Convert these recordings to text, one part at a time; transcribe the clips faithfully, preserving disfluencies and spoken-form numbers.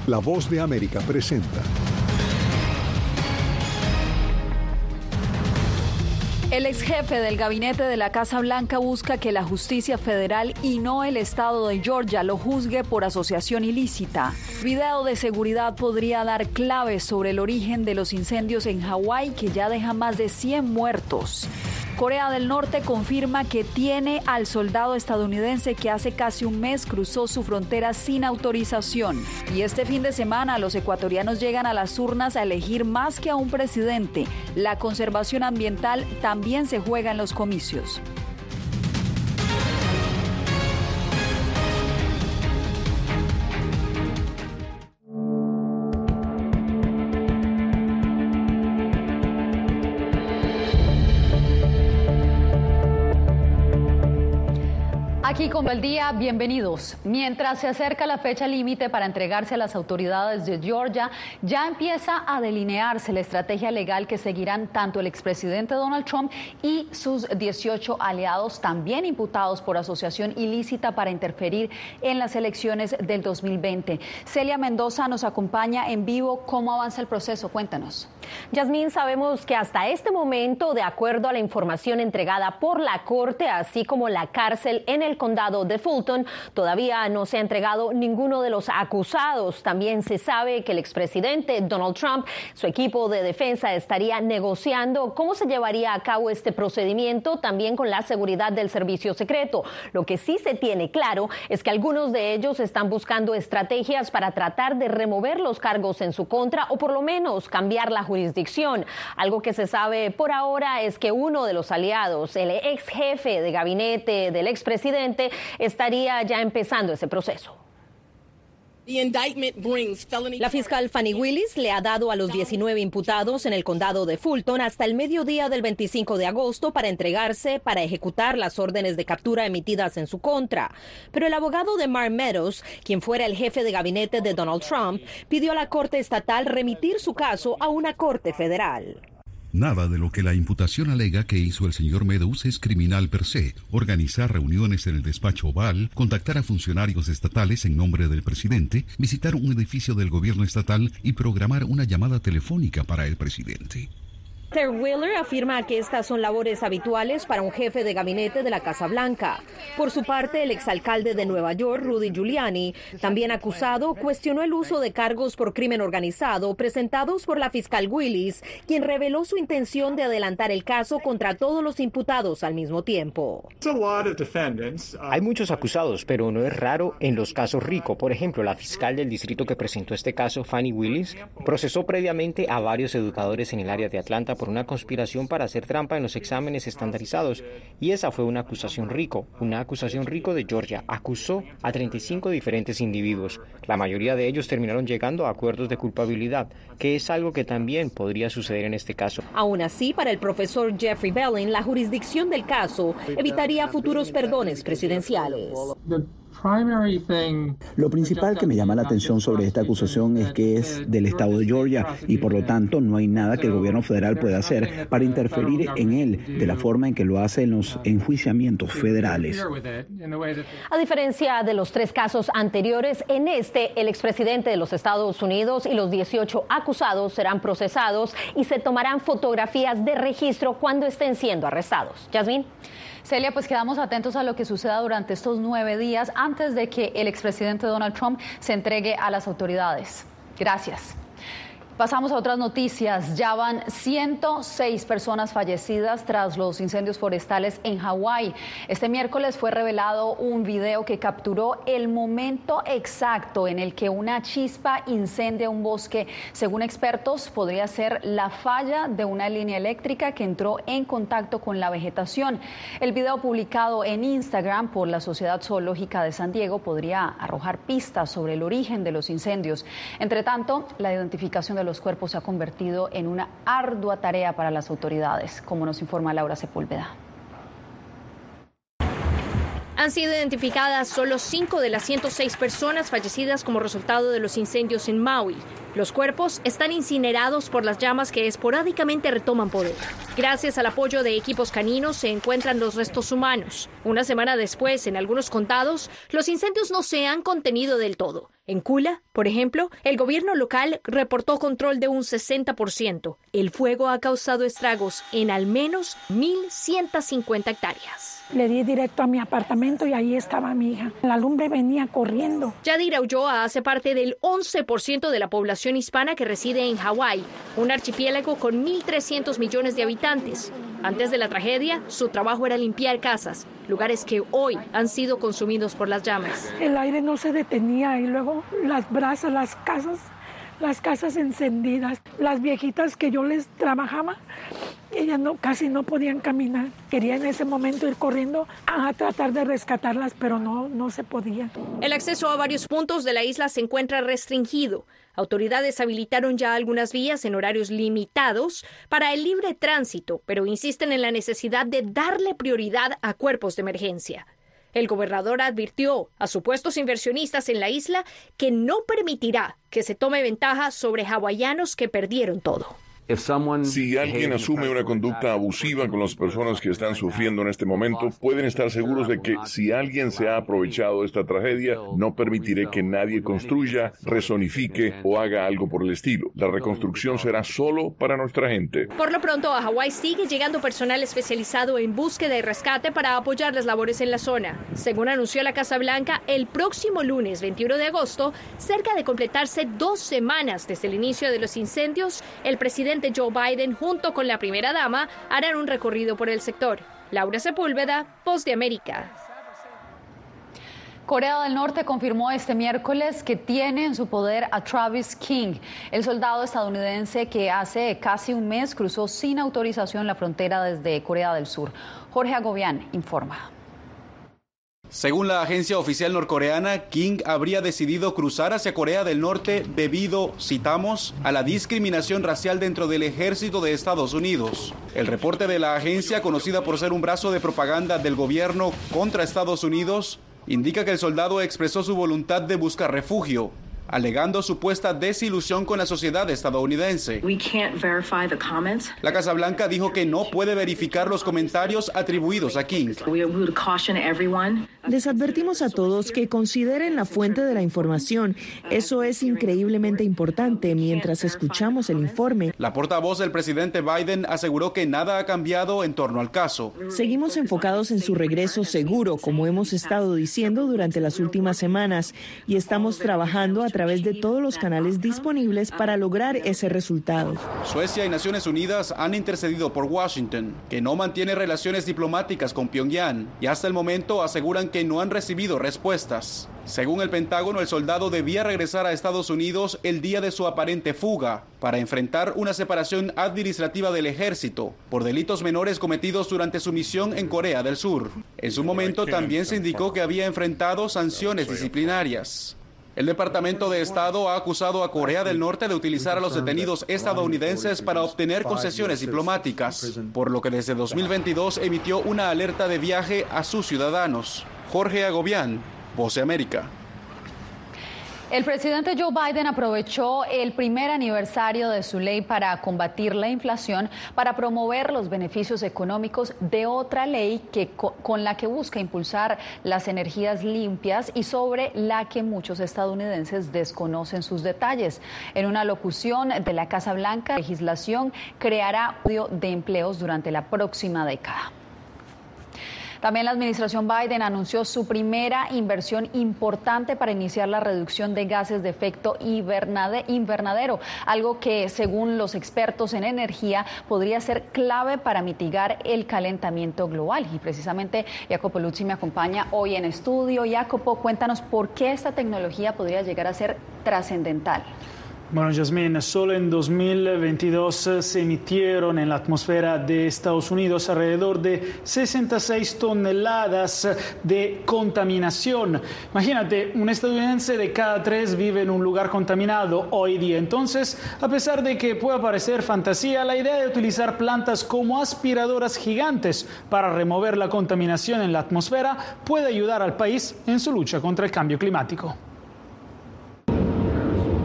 La Voz de América presenta. El ex jefe del gabinete de la Casa Blanca busca que la justicia federal y no el estado de Georgia lo juzgue por asociación ilícita. Video de seguridad podría dar claves sobre el origen de los incendios en Hawái, que ya deja más de cien muertos. Corea del Norte confirma que tiene al soldado estadounidense que hace casi un mes cruzó su frontera sin autorización. Y este fin de semana los ecuatorianos llegan a las urnas a elegir más que a un presidente. La conservación ambiental también se juega en los comicios. Aquí con el día, bienvenidos. Mientras se acerca la fecha límite para entregarse a las autoridades de Georgia, ya empieza a delinearse la estrategia legal que seguirán tanto el expresidente Donald Trump y sus dieciocho aliados, también imputados por asociación ilícita para interferir en las elecciones del dos mil veinte. Celia Mendoza nos acompaña en vivo. ¿Cómo avanza el proceso? Cuéntanos. Yasmín, sabemos que hasta este momento, de acuerdo a la información entregada por la Corte, así como la cárcel en el condado de Fulton, todavía no se ha entregado ninguno de los acusados. También se sabe que el expresidente Donald Trump, su equipo de defensa, estaría negociando cómo se llevaría a cabo este procedimiento, también con la seguridad del servicio secreto. Lo que sí se tiene claro es que algunos de ellos están buscando estrategias para tratar de remover los cargos en su contra o por lo menos cambiar la jurisdicción. Algo que se sabe por ahora es que uno de los aliados, el ex jefe de gabinete del expresidente, estaría ya empezando ese proceso. La fiscal Fani Willis le ha dado a los diecinueve imputados en el condado de Fulton hasta el mediodía del veinticinco de agosto para entregarse para ejecutar las órdenes de captura emitidas en su contra. Pero el abogado de Mark Meadows, quien fuera el jefe de gabinete de Donald Trump, pidió a la Corte Estatal remitir su caso a una corte federal. Nada de lo que la imputación alega que hizo el señor Meadows es criminal per se. Organizar reuniones en el despacho Oval, contactar a funcionarios estatales en nombre del presidente, visitar un edificio del gobierno estatal y programar una llamada telefónica para el presidente. Terry Wheeler afirma que estas son labores habituales para un jefe de gabinete de la Casa Blanca. Por su parte, el exalcalde de Nueva York, Rudy Giuliani, también acusado, cuestionó el uso de cargos por crimen organizado presentados por la fiscal Willis, quien reveló su intención de adelantar el caso contra todos los imputados al mismo tiempo. Hay muchos acusados, pero no es raro en los casos RICO. Por ejemplo, la fiscal del distrito que presentó este caso, Fani Willis, procesó previamente a varios educadores en el área de Atlanta por una conspiración para hacer trampa en los exámenes estandarizados, y esa fue una acusación RICO. Una acusación RICO de Georgia acusó a treinta y cinco diferentes individuos. La mayoría de ellos terminaron llegando a acuerdos de culpabilidad, que es algo que también podría suceder en este caso. Aún así, para el profesor Jeffrey Belling, la jurisdicción del caso evitaría futuros perdones presidenciales. Lo principal que me llama la atención sobre esta acusación es que es del estado de Georgia y por lo tanto no hay nada que el gobierno federal pueda hacer para interferir en él de la forma en que lo hace en los enjuiciamientos federales. A diferencia de los tres casos anteriores, en este el expresidente de los Estados Unidos y los dieciocho acusados serán procesados y se tomarán fotografías de registro cuando estén siendo arrestados. Yasmín. Celia, pues quedamos atentos a lo que suceda durante estos nueve días antes de que el expresidente Donald Trump se entregue a las autoridades. Gracias. Pasamos a otras noticias. Ya van ciento seis personas fallecidas tras los incendios forestales en Hawái. Este miércoles fue revelado un video que capturó el momento exacto en el que una chispa incendia un bosque. Según expertos, podría ser la falla de una línea eléctrica que entró en contacto con la vegetación. El video publicado en Instagram por la Sociedad Zoológica de San Diego podría arrojar pistas sobre el origen de los incendios. Entre tanto, la identificación de los cuerpos se ha convertido en una ardua tarea para las autoridades, como nos informa Laura Sepúlveda. Han sido identificadas solo cinco de las ciento seis personas fallecidas como resultado de los incendios en Maui. Los cuerpos están incinerados por las llamas que esporádicamente retoman poder. Gracias al apoyo de equipos caninos se encuentran los restos humanos. Una semana después, en algunos condados, los incendios no se han contenido del todo. En Kula, por ejemplo, el gobierno local reportó control de un sesenta por ciento. El fuego ha causado estragos en al menos mil ciento cincuenta hectáreas. Le di directo a mi apartamento y ahí estaba mi hija. La lumbre venía corriendo. Yadira Ulloa hace parte del once por ciento de la población hispana que reside en Hawái, un archipiélago con mil trescientos millones de habitantes. Antes de la tragedia, su trabajo era limpiar casas, lugares que hoy han sido consumidos por las llamas. El aire no se detenía y luego las brasas, las casas, las casas encendidas. Las viejitas que yo les trabajaba, ellas no, casi no podían caminar. Quería en ese momento ir corriendo a tratar de rescatarlas, pero no, no se podía. El acceso a varios puntos de la isla se encuentra restringido. Autoridades habilitaron ya algunas vías en horarios limitados para el libre tránsito, pero insisten en la necesidad de darle prioridad a cuerpos de emergencia. El gobernador advirtió a supuestos inversionistas en la isla que no permitirá que se tome ventaja sobre hawaianos que perdieron todo. Si alguien asume una conducta abusiva con las personas que están sufriendo en este momento, pueden estar seguros de que si alguien se ha aprovechado de esta tragedia, no permitiré que nadie construya, rezonifique o haga algo por el estilo. La reconstrucción será solo para nuestra gente. Por lo pronto, a Hawái sigue llegando personal especializado en búsqueda y rescate para apoyar las labores en la zona. Según anunció la Casa Blanca, el próximo lunes veintiuno de agosto, cerca de completarse dos semanas desde el inicio de los incendios, el presidente Joe Biden, junto con la primera dama, harán un recorrido por el sector. Laura Sepúlveda, Voz de América. Corea del Norte confirmó este miércoles que tiene en su poder a Travis King, el soldado estadounidense que hace casi un mes cruzó sin autorización la frontera desde Corea del Sur. Jorge Agobián informa. Según la agencia oficial norcoreana, King habría decidido cruzar hacia Corea del Norte debido, citamos, a la discriminación racial dentro del ejército de Estados Unidos. El reporte de la agencia, conocida por ser un brazo de propaganda del gobierno contra Estados Unidos, indica que el soldado expresó su voluntad de buscar refugio, alegando supuesta desilusión con la sociedad estadounidense. La Casa Blanca dijo que no puede verificar los comentarios atribuidos a King. Les advertimos a todos que consideren la fuente de la información. Eso es increíblemente importante mientras escuchamos el informe. La portavoz del presidente Biden aseguró que nada ha cambiado en torno al caso. Seguimos enfocados en su regreso seguro, como hemos estado diciendo durante las últimas semanas, y estamos trabajando a través de todos los canales disponibles para lograr ese resultado. Suecia y Naciones Unidas han intercedido por Washington, que no mantiene relaciones diplomáticas con Pyongyang, y hasta el momento aseguran que no han recibido respuestas. Según el Pentágono, el soldado debía regresar a Estados Unidos el día de su aparente fuga para enfrentar una separación administrativa del ejército por delitos menores cometidos durante su misión en Corea del Sur. En su momento también se indicó que había enfrentado sanciones disciplinarias. El Departamento de Estado ha acusado a Corea del Norte de utilizar a los detenidos estadounidenses para obtener concesiones diplomáticas, por lo que desde dos mil veintidós emitió una alerta de viaje a sus ciudadanos. Jorge Agobián, Voz de América. El presidente Joe Biden aprovechó el primer aniversario de su ley para combatir la inflación para promover los beneficios económicos de otra ley que, con la que busca impulsar las energías limpias y sobre la que muchos estadounidenses desconocen sus detalles. En una locución de la Casa Blanca, la legislación creará de empleos durante la próxima década. También la administración Biden anunció su primera inversión importante para iniciar la reducción de gases de efecto invernadero, algo que, según los expertos en energía, podría ser clave para mitigar el calentamiento global. Y precisamente Jacopo Luzzi me acompaña hoy en estudio. Jacopo, cuéntanos por qué esta tecnología podría llegar a ser trascendental. Bueno, Yasmín, solo en dos mil veintidós se emitieron en la atmósfera de Estados Unidos alrededor de sesenta y seis toneladas de contaminación. Imagínate, un estadounidense de cada tres vive en un lugar contaminado hoy día. Entonces, a pesar de que pueda parecer fantasía, la idea de utilizar plantas como aspiradoras gigantes para remover la contaminación en la atmósfera puede ayudar al país en su lucha contra el cambio climático.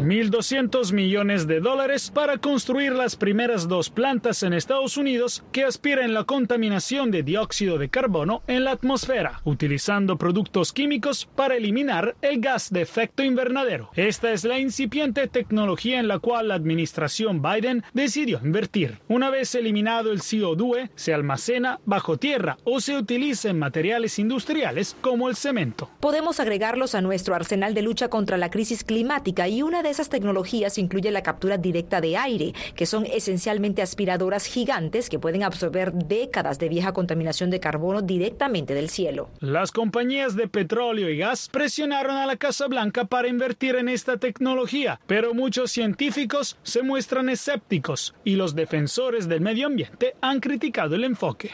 mil doscientos millones de dólares para construir las primeras dos plantas en Estados Unidos que aspiran la contaminación de dióxido de carbono en la atmósfera, utilizando productos químicos para eliminar el gas de efecto invernadero. Esta es la incipiente tecnología en la cual la administración Biden decidió invertir. Una vez eliminado el C O dos, se almacena bajo tierra o se utiliza en materiales industriales como el cemento. Podemos agregarlos a nuestro arsenal de lucha contra la crisis climática y una de esas tecnologías incluye la captura directa de aire, que son esencialmente aspiradoras gigantes que pueden absorber décadas de vieja contaminación de carbono directamente del cielo. Las compañías de petróleo y gas presionaron a la Casa Blanca para invertir en esta tecnología, pero muchos científicos se muestran escépticos y los defensores del medio ambiente han criticado el enfoque.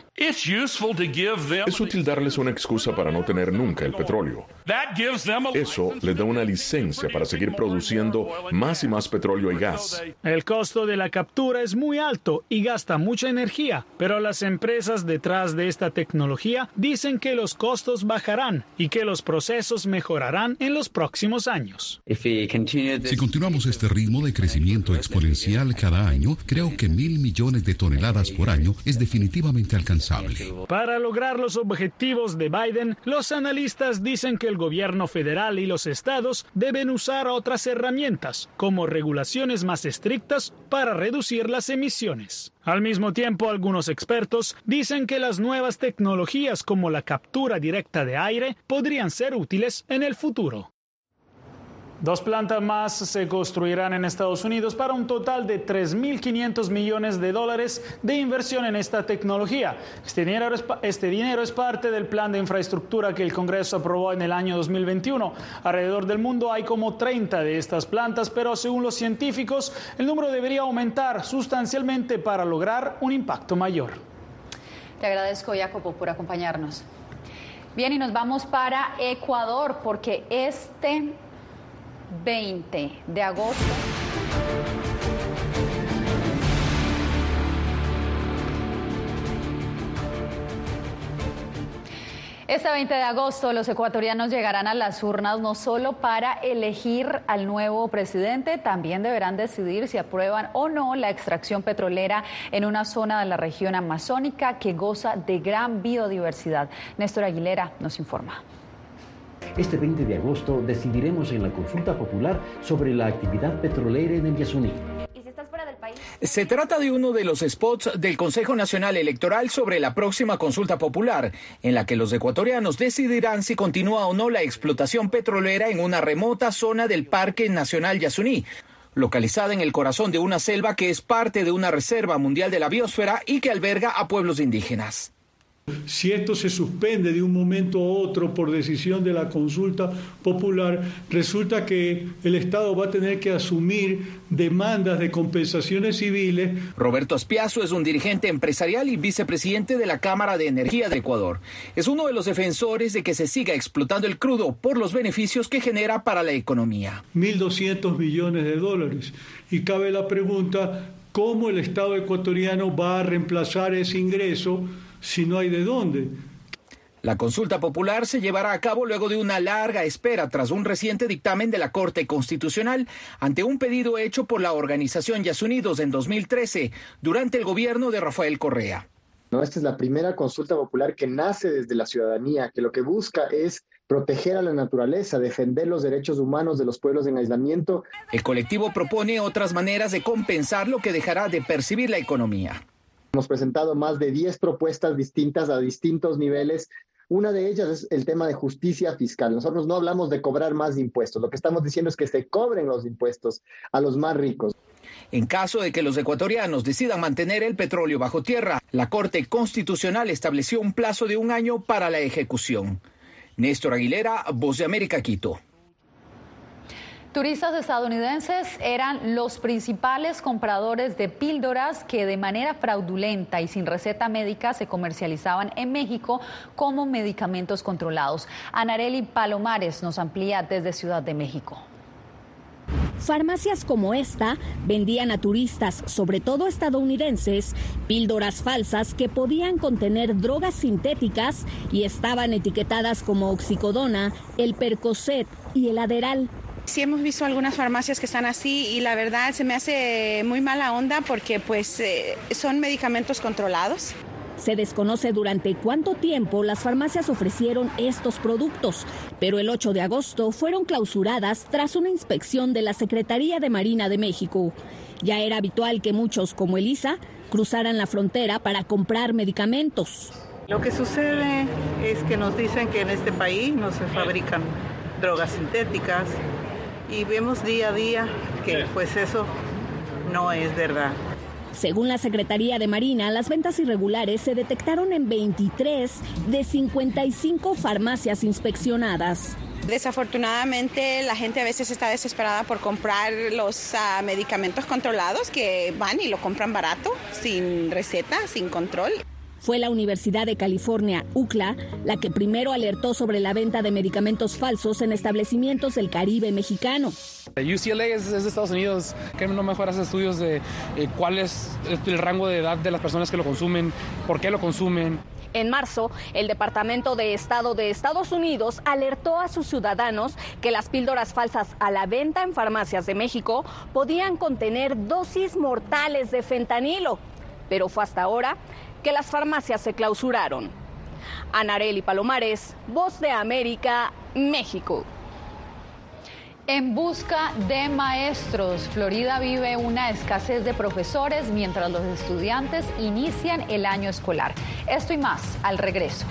Es útil darles una excusa para no tener nunca el petróleo. Eso les da una licencia para seguir produciendo más y más petróleo y gas. El costo de la captura es muy alto y gasta mucha energía, pero las empresas detrás de esta tecnología dicen que los costos bajarán y que los procesos mejorarán en los próximos años. Si continuamos este ritmo de crecimiento exponencial cada año, creo que mil millones de toneladas por año es definitivamente alcanzable. Para lograr los objetivos de Biden, los analistas dicen que el gobierno federal y los estados deben usar otras herramientas, como regulaciones más estrictas para reducir las emisiones. Al mismo tiempo, algunos expertos dicen que las nuevas tecnologías como la captura directa de aire podrían ser útiles en el futuro. Dos plantas más se construirán en Estados Unidos para un total de tres mil quinientos millones de dólares de inversión en esta tecnología. Este dinero, es, este dinero es parte del plan de infraestructura que el Congreso aprobó en el año dos mil veintiuno. Alrededor del mundo hay como treinta de estas plantas, pero según los científicos, el número debería aumentar sustancialmente para lograr un impacto mayor. Te agradezco, Jacopo, por acompañarnos. Bien, y nos vamos para Ecuador, porque este veinte de agosto Este veinte de agosto los ecuatorianos llegarán a las urnas no solo para elegir al nuevo presidente, también deberán decidir si aprueban o no la extracción petrolera en una zona de la región amazónica que goza de gran biodiversidad. Néstor Aguilera nos informa. Este veinte de agosto decidiremos en la consulta popular sobre la actividad petrolera en el Yasuní. Se trata de uno de los spots del Consejo Nacional Electoral sobre la próxima consulta popular, en la que los ecuatorianos decidirán si continúa o no la explotación petrolera en una remota zona del Parque Nacional Yasuní, localizada en el corazón de una selva que es parte de una reserva mundial de la biosfera y que alberga a pueblos indígenas. Si esto se suspende de un momento a otro por decisión de la consulta popular, resulta que el Estado va a tener que asumir demandas de compensaciones civiles. Roberto Aspiazo es un dirigente empresarial y vicepresidente de la Cámara de Energía de Ecuador. Es uno de los defensores de que se siga explotando el crudo por los beneficios que genera para la economía. mil doscientos millones de dólares. Y cabe la pregunta, ¿cómo el Estado ecuatoriano va a reemplazar ese ingreso si no hay de dónde? La consulta popular se llevará a cabo luego de una larga espera tras un reciente dictamen de la Corte Constitucional ante un pedido hecho por la organización Yasunidos en dos mil trece durante el gobierno de Rafael Correa. No, esta es la primera consulta popular que nace desde la ciudadanía, que lo que busca es proteger a la naturaleza, defender los derechos humanos de los pueblos en aislamiento. El colectivo propone otras maneras de compensar lo que dejará de percibir la economía. Hemos presentado más de diez propuestas distintas a distintos niveles. Una de ellas es el tema de justicia fiscal. Nosotros no hablamos de cobrar más impuestos. Lo que estamos diciendo es que se cobren los impuestos a los más ricos. En caso de que los ecuatorianos decidan mantener el petróleo bajo tierra, la Corte Constitucional estableció un plazo de un año para la ejecución. Néstor Aguilera, Voz de América, Quito. Turistas estadounidenses eran los principales compradores de píldoras que de manera fraudulenta y sin receta médica se comercializaban en México como medicamentos controlados. Anareli Palomares nos amplía desde Ciudad de México. Farmacias como esta vendían a turistas, sobre todo estadounidenses, píldoras falsas que podían contener drogas sintéticas y estaban etiquetadas como oxicodona, el Percocet y el Adderall. Sí hemos visto algunas farmacias que están así y la verdad se me hace muy mala onda porque pues eh, son medicamentos controlados. Se desconoce durante cuánto tiempo las farmacias ofrecieron estos productos, pero el ocho de agosto fueron clausuradas tras una inspección de la Secretaría de Marina de México. Ya era habitual que muchos, como Elisa, cruzaran la frontera para comprar medicamentos. Lo que sucede es que nos dicen que en este país no se fabrican drogas sintéticas y vemos día a día que pues eso no es verdad. Según la Secretaría de Marina, las ventas irregulares se detectaron en veintitrés de cincuenta y cinco farmacias inspeccionadas. Desafortunadamente la gente a veces está desesperada por comprar los uh, medicamentos controlados que van y lo compran barato, sin receta, sin control. Fue la Universidad de California, U C L A, la que primero alertó sobre la venta de medicamentos falsos en establecimientos del Caribe mexicano. U C L A es, es de Estados Unidos, que no mejor hace estudios de eh, cuál es el rango de edad de las personas que lo consumen, por qué lo consumen. En marzo, el Departamento de Estado de Estados Unidos alertó a sus ciudadanos que las píldoras falsas a la venta en farmacias de México podían contener dosis mortales de fentanilo. Pero fue hasta ahora que las farmacias se clausuraron. Anareli Palomares, Voz de América, México. En busca de maestros, Florida vive una escasez de profesores mientras los estudiantes inician el año escolar. Esto y más al regreso.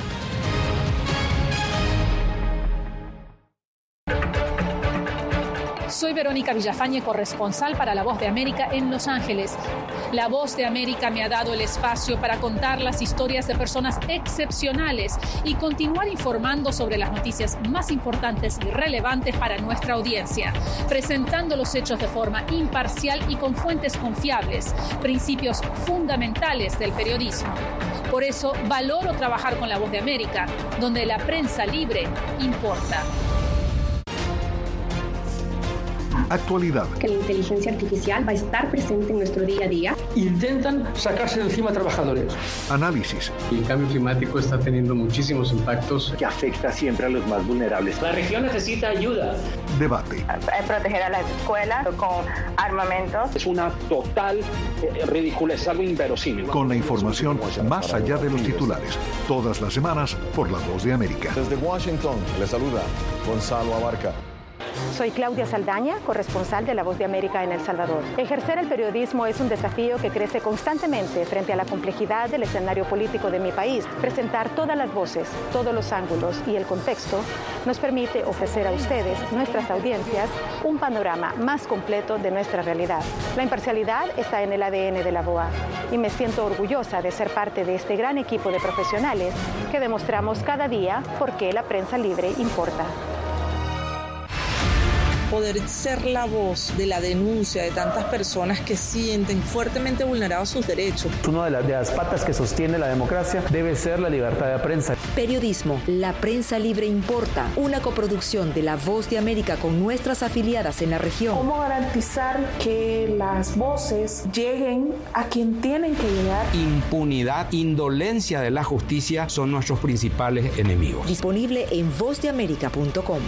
Soy Verónica Villafañe, corresponsal para La Voz de América en Los Ángeles. La Voz de América me ha dado el espacio para contar las historias de personas excepcionales y continuar informando sobre las noticias más importantes y relevantes para nuestra audiencia, presentando los hechos de forma imparcial y con fuentes confiables, principios fundamentales del periodismo. Por eso valoro trabajar con La Voz de América, donde la prensa libre importa. Actualidad. Que la inteligencia artificial va a estar presente en nuestro día a día. Intentan sacarse de encima a trabajadores. Análisis. El cambio climático está teniendo muchísimos impactos que afecta siempre a los más vulnerables. La región necesita ayuda. Debate. Proteger a las escuelas con armamentos. Es una total eh, ridiculez, es algo inverosímil. Con la información más allá de los titulares. Todas las semanas por La Voz de América. Desde Washington, le saluda Gonzalo Abarca. Soy Claudia Saldaña, corresponsal de La Voz de América en El Salvador. Ejercer el periodismo es un desafío que crece constantemente frente a la complejidad del escenario político de mi país. Presentar todas las voces, todos los ángulos y el contexto nos permite ofrecer a ustedes, nuestras audiencias, un panorama más completo de nuestra realidad. La imparcialidad está en el A D N de la V O A y me siento orgullosa de ser parte de este gran equipo de profesionales que demostramos cada día por qué la prensa libre importa. Poder ser la voz de la denuncia de tantas personas que sienten fuertemente vulnerados sus derechos. Una de las, de las patas que sostiene la democracia debe ser la libertad de prensa. Periodismo, la prensa libre importa, una coproducción de La Voz de América con nuestras afiliadas en la región. ¿Cómo garantizar que las voces lleguen a quien tienen que llegar? Impunidad, indolencia de la justicia son nuestros principales enemigos. Disponible en voz de américa punto com.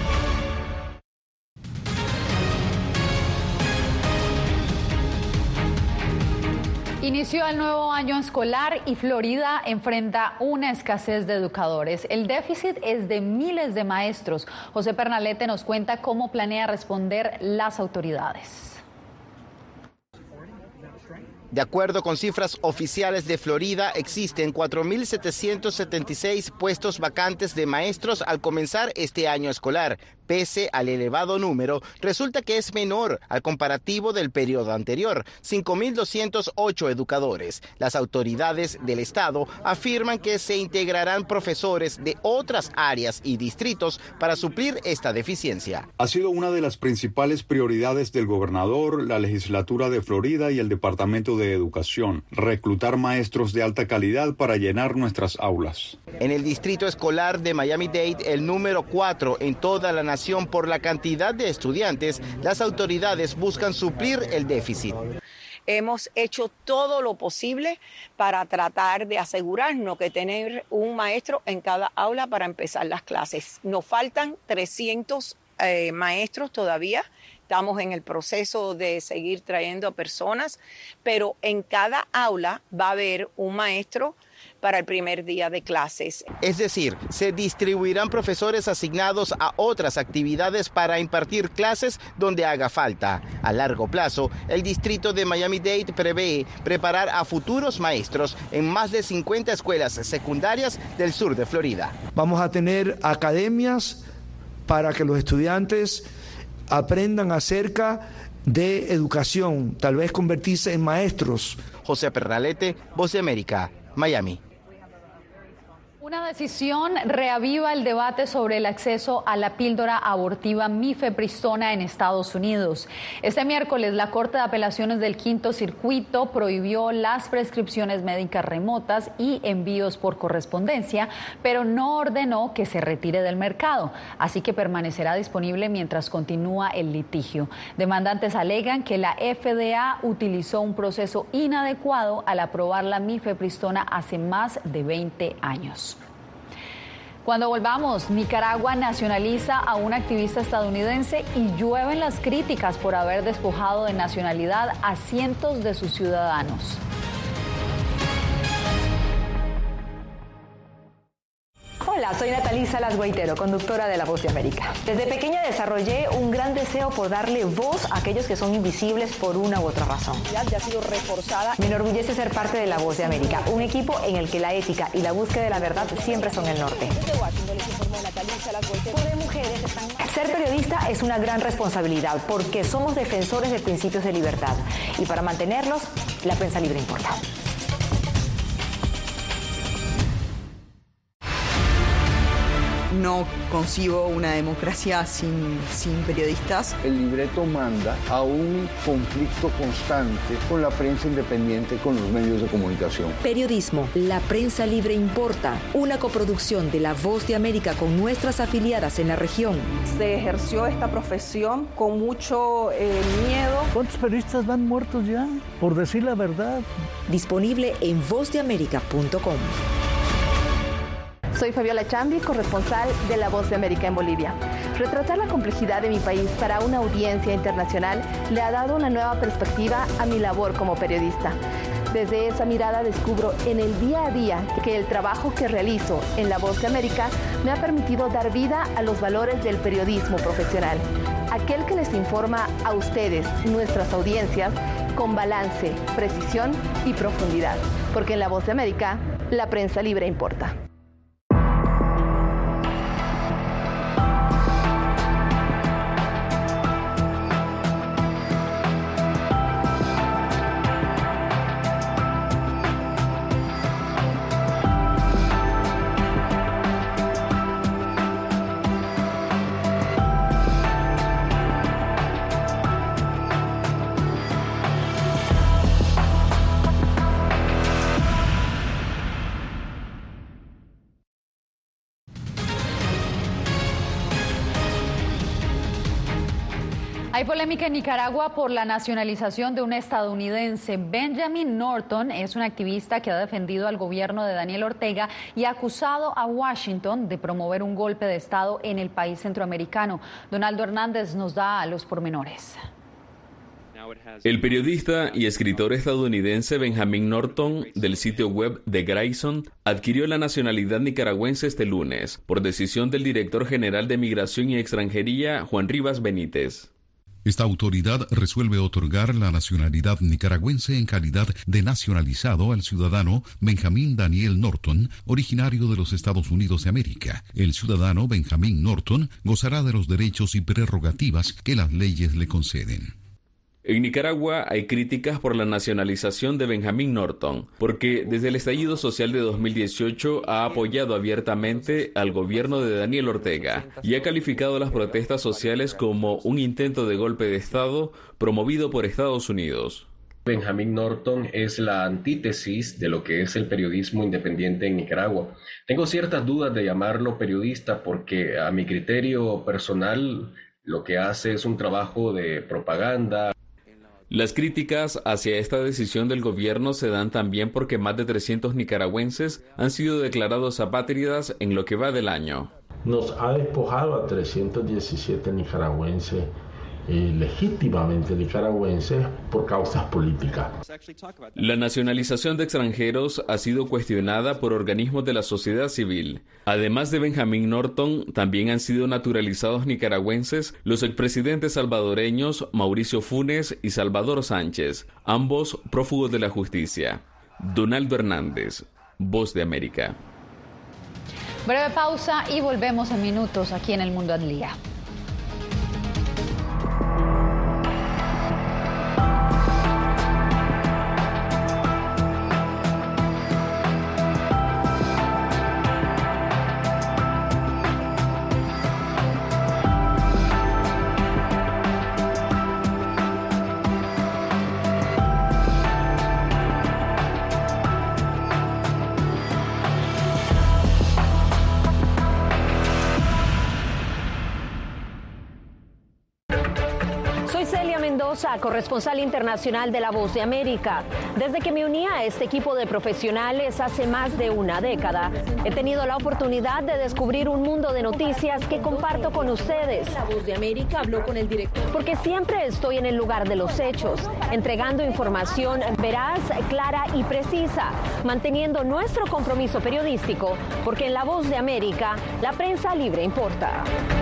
Inició el nuevo año escolar y Florida enfrenta una escasez de educadores. El déficit es de miles de maestros. José Pernalete nos cuenta cómo planea responder las autoridades. De acuerdo con cifras oficiales de Florida, existen cuatro mil setecientos setenta y seis puestos vacantes de maestros al comenzar este año escolar. Pese al elevado número, resulta que es menor al comparativo del periodo anterior, cinco mil doscientos ocho educadores. Las autoridades del estado afirman que se integrarán profesores de otras áreas y distritos para suplir esta deficiencia. Ha sido una de las principales prioridades del gobernador, la legislatura de Florida y el Departamento de Educación, reclutar maestros de alta calidad para llenar nuestras aulas. En el distrito escolar de Miami-Dade, el número cuatro en toda la nación por la cantidad de estudiantes, las autoridades buscan suplir el déficit. Hemos hecho todo lo posible para tratar de asegurarnos que tener un maestro en cada aula para empezar las clases. Nos faltan trescientos eh, maestros todavía. Estamos en el proceso de seguir trayendo personas, pero en cada aula va a haber un maestro para el primer día de clases. Es decir, se distribuirán profesores asignados a otras actividades para impartir clases donde haga falta. A largo plazo, el distrito de Miami-Dade prevé preparar a futuros maestros en más de cincuenta escuelas secundarias del sur de Florida. Vamos a tener academias para que los estudiantes aprendan acerca de educación, tal vez convertirse en maestros. José Perralete, Voz de América, Miami. Una decisión reaviva el debate sobre el acceso a la píldora abortiva mifepristona en Estados Unidos. Este miércoles, la Corte de Apelaciones del Quinto Circuito prohibió las prescripciones médicas remotas y envíos por correspondencia, pero no ordenó que se retire del mercado, así que permanecerá disponible mientras continúa el litigio. Demandantes alegan que la F D A utilizó un proceso inadecuado al aprobar la mifepristona hace más de veinte años. Cuando volvamos, Nicaragua nacionaliza a un activista estadounidense y llueven las críticas por haber despojado de nacionalidad a cientos de sus ciudadanos. Hola, soy Natalí Salas Guaitero, conductora de La Voz de América. Desde pequeña desarrollé un gran deseo por darle voz a aquellos que son invisibles por una u otra razón. Ya ha sido reforzada. Me enorgullece ser parte de La Voz de América, un equipo en el que la ética y la búsqueda de la verdad siempre son el norte. Ser periodista es una gran responsabilidad porque somos defensores de principios de libertad y para mantenerlos, la prensa libre importa. No concibo una democracia sin, sin periodistas. El libreto manda a un conflicto constante con la prensa independiente, con los medios de comunicación. Periodismo, la prensa libre importa. Una coproducción de La Voz de América con nuestras afiliadas en la región. Se ejerció esta profesión con mucho eh, miedo. ¿Cuántos periodistas van muertos ya? Por decir la verdad. Disponible en voz de américa punto com. Soy Fabiola Chambi, corresponsal de La Voz de América en Bolivia. Retratar la complejidad de mi país para una audiencia internacional le ha dado una nueva perspectiva a mi labor como periodista. Desde esa mirada descubro en el día a día que el trabajo que realizo en La Voz de América me ha permitido dar vida a los valores del periodismo profesional. Aquel que les informa a ustedes, nuestras audiencias, con balance, precisión y profundidad. Porque en La Voz de América, la prensa libre importa. Hay polémica en Nicaragua por la nacionalización de un estadounidense. Benjamin Norton es un activista que ha defendido al gobierno de Daniel Ortega y ha acusado a Washington de promover un golpe de Estado en el país centroamericano. Donaldo Hernández nos da los pormenores. El periodista y escritor estadounidense Benjamin Norton, del sitio web The Grayson, adquirió la nacionalidad nicaragüense este lunes, por decisión del director general de Migración y Extranjería, Juan Rivas Benítez. Esta autoridad resuelve otorgar la nacionalidad nicaragüense en calidad de nacionalizado al ciudadano Benjamin Daniel Norton, originario de los Estados Unidos de América. El ciudadano Benjamin Norton gozará de los derechos y prerrogativas que las leyes le conceden. En Nicaragua hay críticas por la nacionalización de Benjamin Norton, porque desde el estallido social de dos mil dieciocho ha apoyado abiertamente al gobierno de Daniel Ortega y ha calificado las protestas sociales como un intento de golpe de Estado promovido por Estados Unidos. Benjamin Norton es la antítesis de lo que es el periodismo independiente en Nicaragua. Tengo ciertas dudas de llamarlo periodista porque a mi criterio personal lo que hace es un trabajo de propaganda. Las críticas hacia esta decisión del gobierno se dan también porque más de trescientos nicaragüenses han sido declarados apátridas en lo que va del año. nos ha despojado a trescientos diecisiete nicaragüenses, eh, legítimamente nicaragüenses, por causas políticas. La nacionalización de extranjeros ha sido cuestionada por organismos de la sociedad civil. Además de Benjamín Norton, también han sido naturalizados nicaragüenses los expresidentes salvadoreños Mauricio Funes y Salvador Sánchez, ambos prófugos de la justicia. Donaldo Hernández, Voz de América. Breve pausa y volvemos en minutos aquí en El Mundo al Día. Corresponsal internacional de La Voz de América. Desde que me uní a este equipo de profesionales hace más de una década, he tenido la oportunidad de descubrir un mundo de noticias que comparto con ustedes. La Voz de América habló con el director. Porque siempre estoy en el lugar de los hechos, entregando información veraz, clara y precisa, manteniendo nuestro compromiso periodístico, porque en La Voz de América, la prensa libre importa.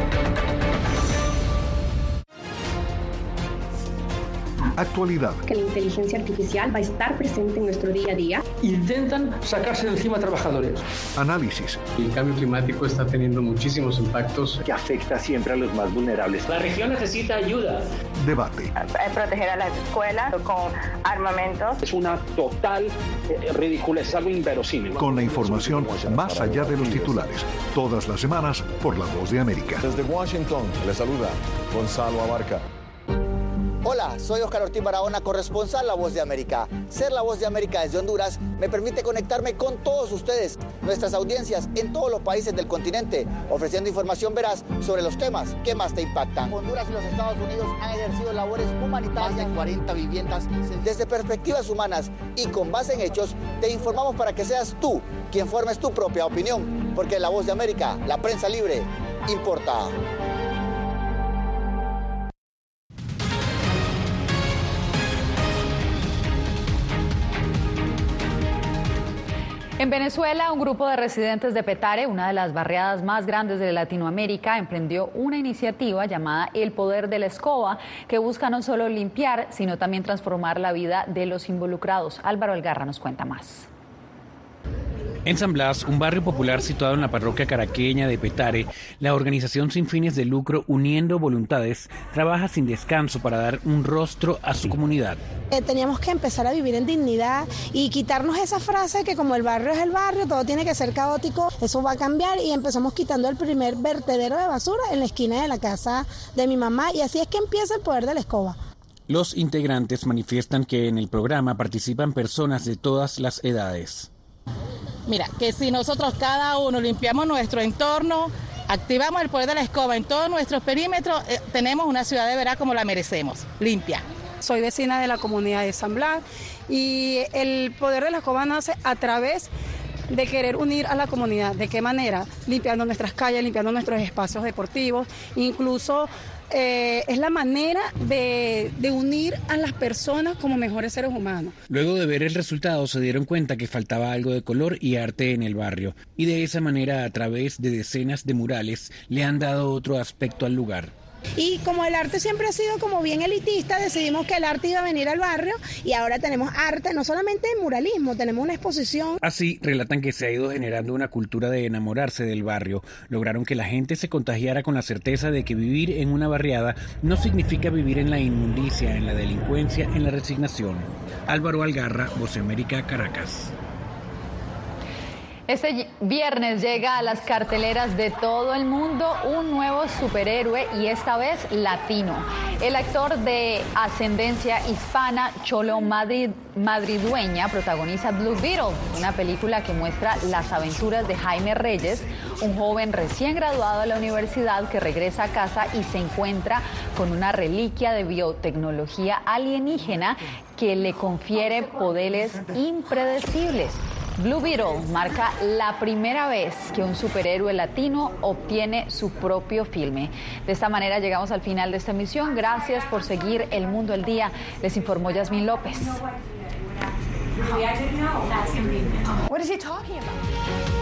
Actualidad. Que la inteligencia artificial va a estar presente en nuestro día a día. Intentan sacarse de encima a trabajadores. Análisis. El cambio climático está teniendo muchísimos impactos que afecta siempre a los más vulnerables. La región necesita ayuda. Debate. Proteger a las escuelas con armamentos. Es una total eh, ridiculez, es algo inverosímil. Con la información más allá de los titulares. Todas las semanas por La Voz de América. Desde Washington, les saluda Gonzalo Abarca. Hola, soy Oscar Ortiz Barahona, corresponsal La Voz de América. Ser La Voz de América desde Honduras me permite conectarme con todos ustedes, nuestras audiencias en todos los países del continente, ofreciendo información veraz sobre los temas que más te impactan. Honduras y los Estados Unidos han ejercido labores humanitarias en cuarenta viviendas. Desde perspectivas humanas y con base en hechos, te informamos para que seas tú quien formes tu propia opinión, porque La Voz de América, la prensa libre, importa. En Venezuela, un grupo de residentes de Petare, una de las barriadas más grandes de Latinoamérica, emprendió una iniciativa llamada El Poder de la Escoba, que busca no solo limpiar, sino también transformar la vida de los involucrados. Álvaro Algarra nos cuenta más. En San Blas, un barrio popular situado en la parroquia caraqueña de Petare, la organización sin fines de lucro Uniendo Voluntades trabaja sin descanso para dar un rostro a su comunidad. Eh, teníamos que empezar a vivir en dignidad y quitarnos esa frase que como el barrio es el barrio, todo tiene que ser caótico. Eso va a cambiar y empezamos quitando el primer vertedero de basura en la esquina de la casa de mi mamá y así es que empieza el poder de la escoba. Los integrantes manifiestan que en el programa participan personas de todas las edades. Mira, que si nosotros cada uno limpiamos nuestro entorno, activamos el poder de la escoba en todos nuestros perímetros, eh, tenemos una ciudad de veras como la merecemos, limpia. Soy vecina de la comunidad de San Blas y el poder de la escoba nace a través de querer unir a la comunidad. ¿De qué manera? Limpiando nuestras calles, limpiando nuestros espacios deportivos, incluso eh, es la manera de, de unir a las personas como mejores seres humanos. Luego de ver el resultado se dieron cuenta que faltaba algo de color y arte en el barrio y de esa manera a través de decenas de murales le han dado otro aspecto al lugar. Y como el arte siempre ha sido como bien elitista, decidimos que el arte iba a venir al barrio y ahora tenemos arte, no solamente de muralismo, tenemos una exposición. Así relatan que se ha ido generando una cultura de enamorarse del barrio. Lograron que la gente se contagiara con la certeza de que vivir en una barriada no significa vivir en la inmundicia, en la delincuencia, en la resignación. Álvaro Algarra, Voz de América, Caracas. Este viernes llega a las carteleras de todo el mundo un nuevo superhéroe y esta vez latino. El actor de ascendencia hispana Cholo Madrid, madridueña protagoniza Blue Beetle, una película que muestra las aventuras de Jaime Reyes, un joven recién graduado de la universidad que regresa a casa y se encuentra con una reliquia de biotecnología alienígena que le confiere poderes impredecibles. Blue Beetle marca la primera vez que un superhéroe latino obtiene su propio filme. De esta manera llegamos al final de esta emisión. Gracias por seguir El Mundo al Día. Les informó Yasmín López. What is he talking about?